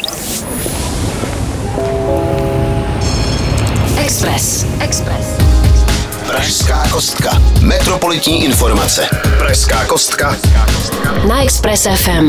Express. Pražská kostka. Metropolitní informace. Pražská kostka. Na Express FM.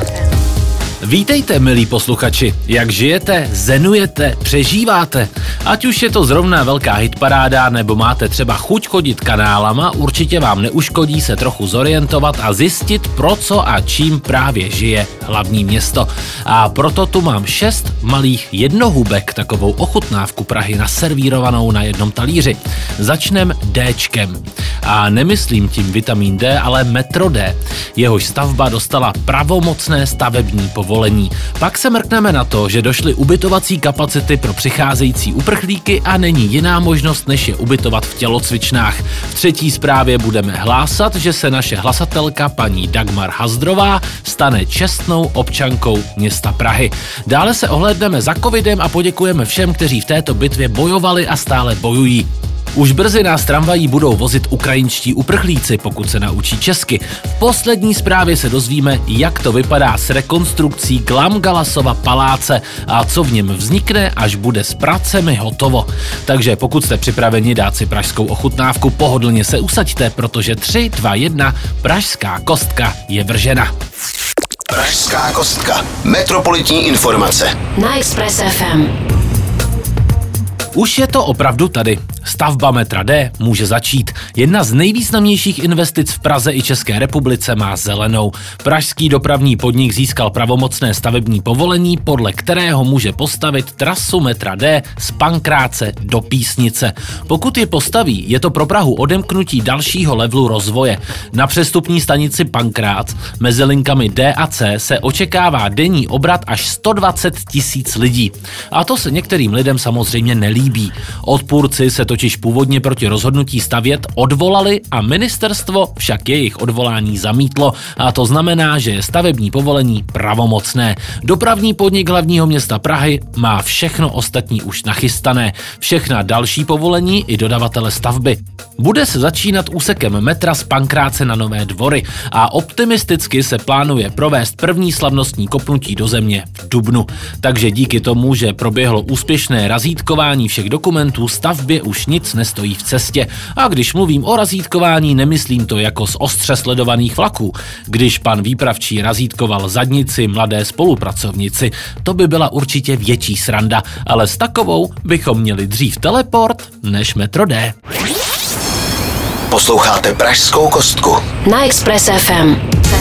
Vítejte, milí posluchači. Jak žijete, zenujete, přežíváte? Ať už je to zrovna velká hitparáda, nebo máte třeba chuť chodit kanálama, určitě vám neuškodí se trochu zorientovat a zjistit, pro co a čím právě žije hlavní město. A proto tu mám 6 malých jednohubek, takovou ochutnávku Prahy naservírovanou na jednom talíři. Začnem Dčkem. A nemyslím tím vitamin D, ale metro D. Jehož stavba dostala pravomocné stavební povolení. Pak se mrkneme na to, že došly ubytovací kapacity pro přicházející uprchlíky a není jiná možnost, než je ubytovat v tělocvičnách. V třetí zprávě budeme hlásat, že se naše hlasatelka paní Dagmar Hazdrová stane čestnou občankou města Prahy. Dále se ohlédneme za covidem a poděkujeme všem, kteří v této bitvě bojovali a stále bojují. Už brzy nás tramvají budou vozit ukrajinští uprchlíci, pokud se naučí česky. V poslední zprávě se dozvíme, jak to vypadá s rekonstrukcí Glamgalasova paláce a co v něm vznikne, až bude s pracemi hotovo. Takže pokud jste připraveni dát si pražskou ochutnávku, pohodlně se usaďte, protože 3, 2, 1, pražská kostka je vržena. Pražská kostka. Metropolitní informace. Na Express FM. Už je to opravdu tady. Stavba metra D může začít. Jedna z nejvýznamnějších investic v Praze i České republice má zelenou. Pražský dopravní podnik získal pravomocné stavební povolení, podle kterého může postavit trasu metra D z Pankráce do Písnice. Pokud ji postaví, je to pro Prahu odemknutí dalšího levelu rozvoje. Na přestupní stanici Pankrác mezi linkami D a C se očekává denní obrat až 120 000 lidí. A to se některým lidem samozřejmě nelíbí. Odpůrci se totiž původně proti rozhodnutí stavět odvolali a ministerstvo však jejich odvolání zamítlo. A to znamená, že je stavební povolení pravomocné. Dopravní podnik hlavního města Prahy má všechno ostatní už nachystané. Všechna další povolení i dodavatele stavby. Bude se začínat úsekem metra z Pankráce na Nové Dvory a optimisticky se plánuje provést první slavnostní kopnutí do země v dubnu. Takže díky tomu, že proběhlo úspěšné razítkování všech dokumentů, stavbě už nic nestojí v cestě. A když mluvím o razítkování, nemyslím to jako z ostře sledovaných vlaků. Když pan výpravčí razítkoval zadnici mladé spolupracovnici, to by byla určitě větší sranda, ale s takovou bychom měli dřív teleport než metro D. Posloucháte Pražskou kostku. Na Express FM.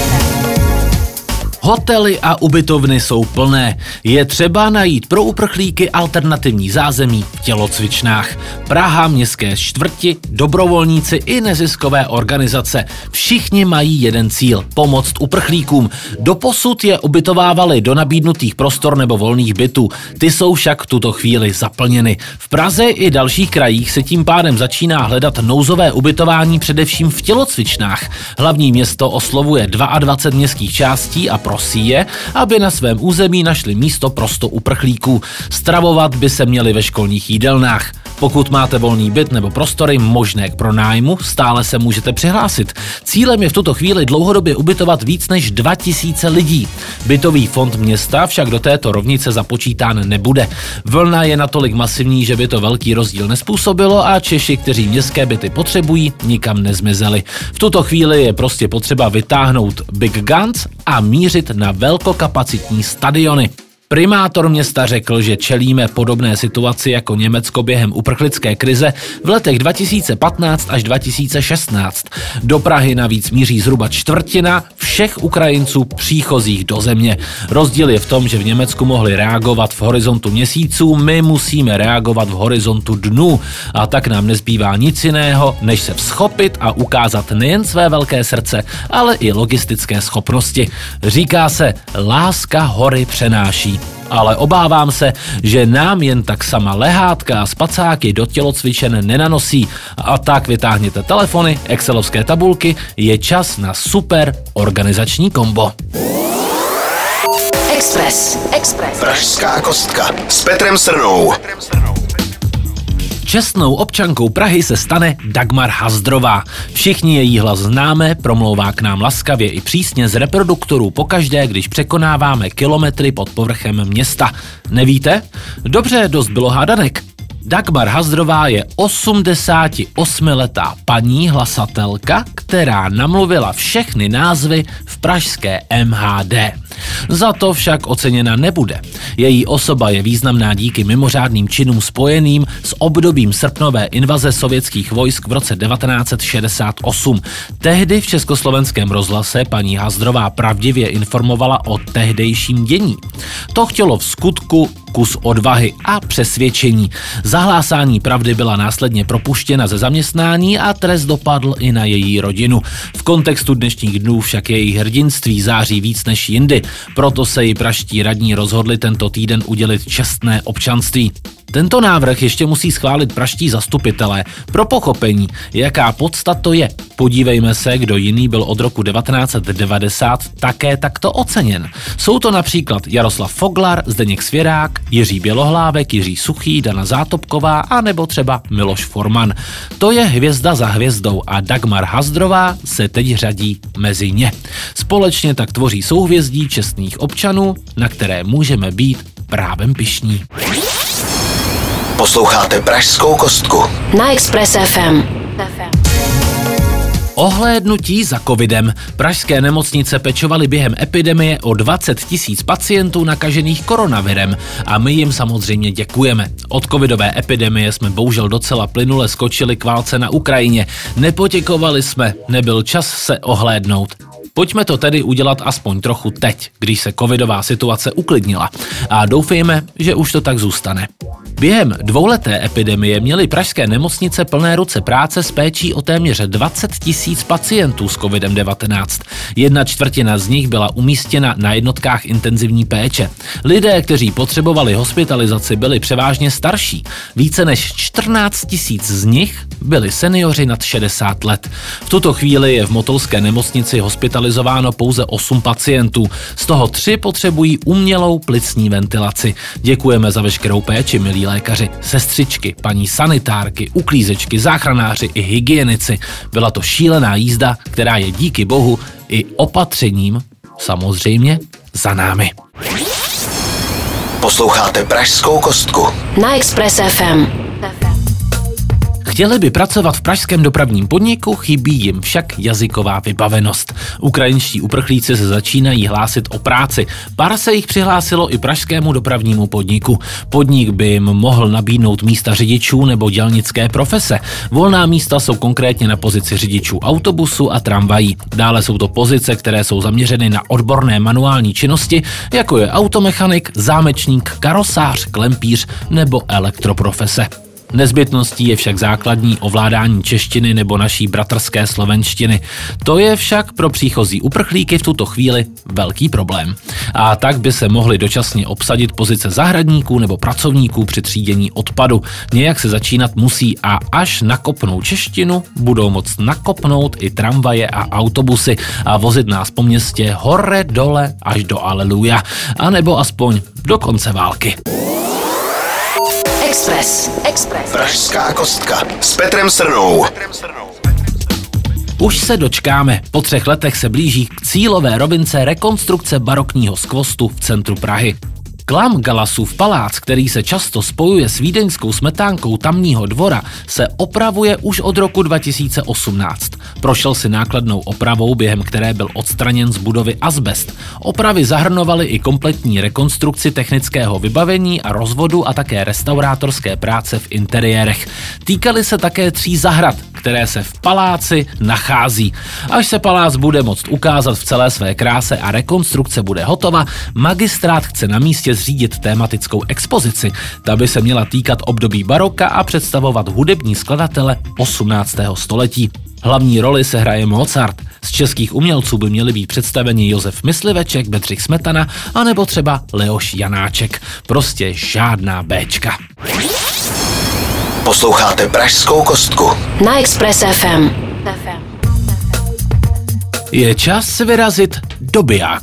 Hotely a ubytovny jsou plné. Je třeba najít pro uprchlíky alternativní zázemí v tělocvičnách. Praha, městské čtvrti, dobrovolníci i neziskové organizace. Všichni mají jeden cíl – pomoct uprchlíkům. Doposud je ubytovávali do nabídnutých prostor nebo volných bytů. Ty jsou však v tuto chvíli zaplněny. V Praze i dalších krajích se tím pádem začíná hledat nouzové ubytování především v tělocvičnách. Hlavní město oslovuje 22 městských částí a prosí je, aby na svém území našli místo pro 100 uprchlíků. Stravovat by se měli ve školních jídelnách. Pokud máte volný byt nebo prostory možné k pronájmu, stále se můžete přihlásit. Cílem je v tuto chvíli dlouhodobě ubytovat víc než 2000 lidí. Bytový fond města však do této rovnice započítán nebude. Vlna je natolik masivní, že by to velký rozdíl nezpůsobilo a Češi, kteří městské byty potřebují, nikam nezmizeli. V tuto chvíli je prostě potřeba vytáhnout Big Guns a mířit na velkokapacitní stadiony. Primátor města řekl, že čelíme podobné situaci jako Německo během uprchlické krize v letech 2015 až 2016. Do Prahy navíc míří zhruba čtvrtina všech Ukrajinců příchozích do země. Rozdíl je v tom, že v Německu mohli reagovat v horizontu měsíců, my musíme reagovat v horizontu dnů. A tak nám nezbývá nic jiného, než se vzchopit a ukázat nejen své velké srdce, ale i logistické schopnosti. Říká se, láska hory přenáší. Ale obávám se, že nám jen tak sama lehátka a spacáky do tělocvičen nenanosí. A tak vytáhněte telefony, excelovské tabulky, je čas na super organizační kombo. Express. Pražská kostka s Petrem Srnou. Čestnou občankou Prahy se stane Dagmar Hazdrová. Všichni její hlas známe, promlouvá k nám laskavě i přísně z reproduktorů pokaždé, když překonáváme kilometry pod povrchem města. Nevíte? Dobře, dost bylo hádanek. Dagmar Hazdrová je 88letá paní hlasatelka, která namluvila všechny názvy v pražské MHD. Za to však oceněna nebude. Její osoba je významná díky mimořádným činům spojeným s obdobím srpnové invaze sovětských vojsk v roce 1968. Tehdy v československém rozhlase paní Hazdrová pravdivě informovala o tehdejším dění. To chtělo v skutku kus odvahy a přesvědčení. Za hlásání pravdy byla následně propuštěna ze zaměstnání a trest dopadl i na její rodinu. V kontextu dnešních dnů však její hrdinství září víc než jindy, proto se jí pražští radní rozhodli tento týden udělit čestné občanství. Tento návrh ještě musí schválit pražští zastupitelé. Pro pochopení, jaká podstata to je, podívejme se, kdo jiný byl od roku 1990 také takto oceněn. Jsou to například Jaroslav Foglar, Zdeněk Svěrák, Jiří Bělohlávek, Jiří Suchý, Dana Zátopková a nebo třeba Miloš Forman. To je hvězda za hvězdou a Dagmar Hazdrová se teď řadí mezi ně. Společně tak tvoří souhvězdí čestných občanů, na které můžeme být právem pyšní. Posloucháte Pražskou kostku na Express FM. Ohlédnutí za covidem. Pražské nemocnice pečovaly během epidemie o 20 000 pacientů nakažených koronavirem a my jim samozřejmě děkujeme. Od covidové epidemie jsme bohužel docela plynule skočili k válce na Ukrajině. Nepoděkovali jsme, nebyl čas se ohlédnout. Pojďme to tedy udělat aspoň trochu teď, když se covidová situace uklidnila. A doufejme, že už to tak zůstane. Během dvouleté epidemie měly pražské nemocnice plné ruce práce s péčí o téměř 20 000 pacientů s COVID-19. 1/4 z nich byla umístěna na jednotkách intenzivní péče. Lidé, kteří potřebovali hospitalizaci, byli převážně starší. Více než 14 000 z nich byli seniori nad 60 let. V tuto chvíli je v motolské nemocnici hospitalizováno pouze 8 pacientů. Z toho 3 potřebují umělou plicní ventilaci. Děkujeme za veškerou péči, milí lékaři, sestřičky, paní sanitárky, uklízečky, záchranáři i hygienici. Byla to šílená jízda, která je díky bohu i opatřením samozřejmě za námi. Posloucháte Pražskou kostku na Express FM. Chtěli by pracovat v pražském dopravním podniku, chybí jim však jazyková vybavenost. Ukrajinští uprchlíci se začínají hlásit o práci. Pár se jich přihlásilo i pražskému dopravnímu podniku. Podnik by jim mohl nabídnout místa řidičů nebo dělnické profese. Volná místa jsou konkrétně na pozici řidičů autobusu a tramvají. Dále jsou to pozice, které jsou zaměřeny na odborné manuální činnosti, jako je automechanik, zámečník, karosář, klempíř nebo elektroprofese. Nezbytností je však základní ovládání češtiny nebo naší bratrské slovenštiny. To je však pro příchozí uprchlíky v tuto chvíli velký problém. A tak by se mohly dočasně obsadit pozice zahradníků nebo pracovníků při třídění odpadu. Nějak se začínat musí a až nakopnou češtinu, budou moct nakopnout i tramvaje a autobusy a vozit nás po městě hore dole až do Aleluja, anebo aspoň do konce války. Express. Pražská kostka s Petrem Srnou. Už se dočkáme. Po 3 letech se blíží k cílové rovince rekonstrukce barokního skvostu v centru Prahy. Klam Galasův palác, který se často spojuje s vídeňskou smetánkou tamního dvora, se opravuje už od roku 2018. Prošel si nákladnou opravou, během které byl odstraněn z budovy azbest. Opravy zahrnovaly i kompletní rekonstrukci technického vybavení a rozvodu a také restaurátorské práce v interiérech. Týkaly se také 3 zahrad, které se v paláci nachází. Až se palác bude moct ukázat v celé své kráse a rekonstrukce bude hotova, magistrát chce na místě zřídit tématickou expozici. Ta by se měla týkat období baroka a představovat hudební skladatele 18. století. Hlavní roli se hraje Mozart. Z českých umělců by měli být představeni Josef Mysliveček, Bedřich Smetana anebo třeba Leoš Janáček. Prostě žádná béčka. Posloucháte Pražskou kostku na Express FM. Je čas se vyrazit do bijáku.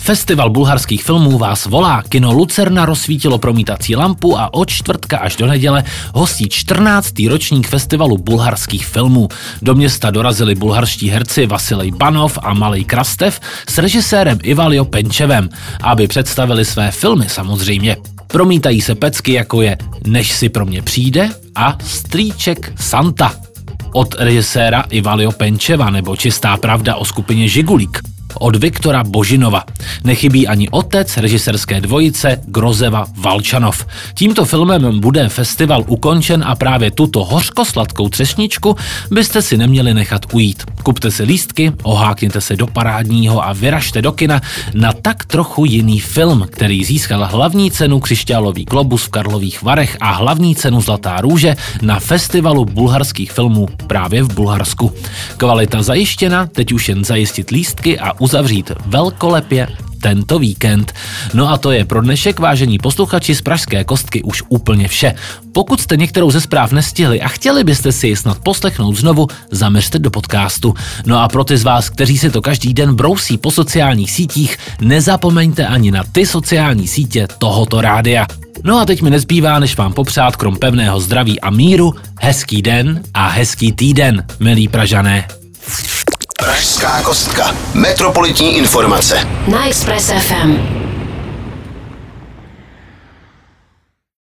Festival bulharských filmů vás volá. Kino Lucerna rozsvítilo promítací lampu a od čtvrtka až do neděle hostí 14. ročník festivalu bulharských filmů. Do města dorazili bulharští herci Vasilij Banov a Malej Krastev s režisérem Ivalio Penčevem, aby představili své filmy samozřejmě. Promítají se pecky, jako je Než si pro mě přijde a Strýček Santa od režiséra Ivalio Penčeva nebo Čistá pravda o skupině Žigulík od Viktora Božinova. Nechybí ani otec režisérské dvojice Grozeva Valčanov. Tímto filmem bude festival ukončen a právě tuto hořkosladkou třešničku byste si neměli nechat ujít. Kupte si lístky, ohákněte se do parádního a vyražte do kina na tak trochu jiný film, který získal hlavní cenu Křišťálový globus v Karlových Varech a hlavní cenu Zlatá růže na festivalu bulharských filmů právě v Bulharsku. Kvalita zajištěna, teď už jen zajistit lístky a uzavřít velkolepě tento víkend. No a to je pro dnešek, vážení posluchači z Pražské kostky, už úplně vše. Pokud jste některou ze zpráv nestihli a chtěli byste si ji snad poslechnout znovu, zaměřte do podcastu. No a pro ty z vás, kteří si to každý den brousí po sociálních sítích, nezapomeňte ani na ty sociální sítě tohoto rádia. No a teď mi nezbývá, než vám popřát krom pevného zdraví a míru hezký den a hezký týden, milí Pražané. Pražská kostka. Metropolitní informace. Na Express FM.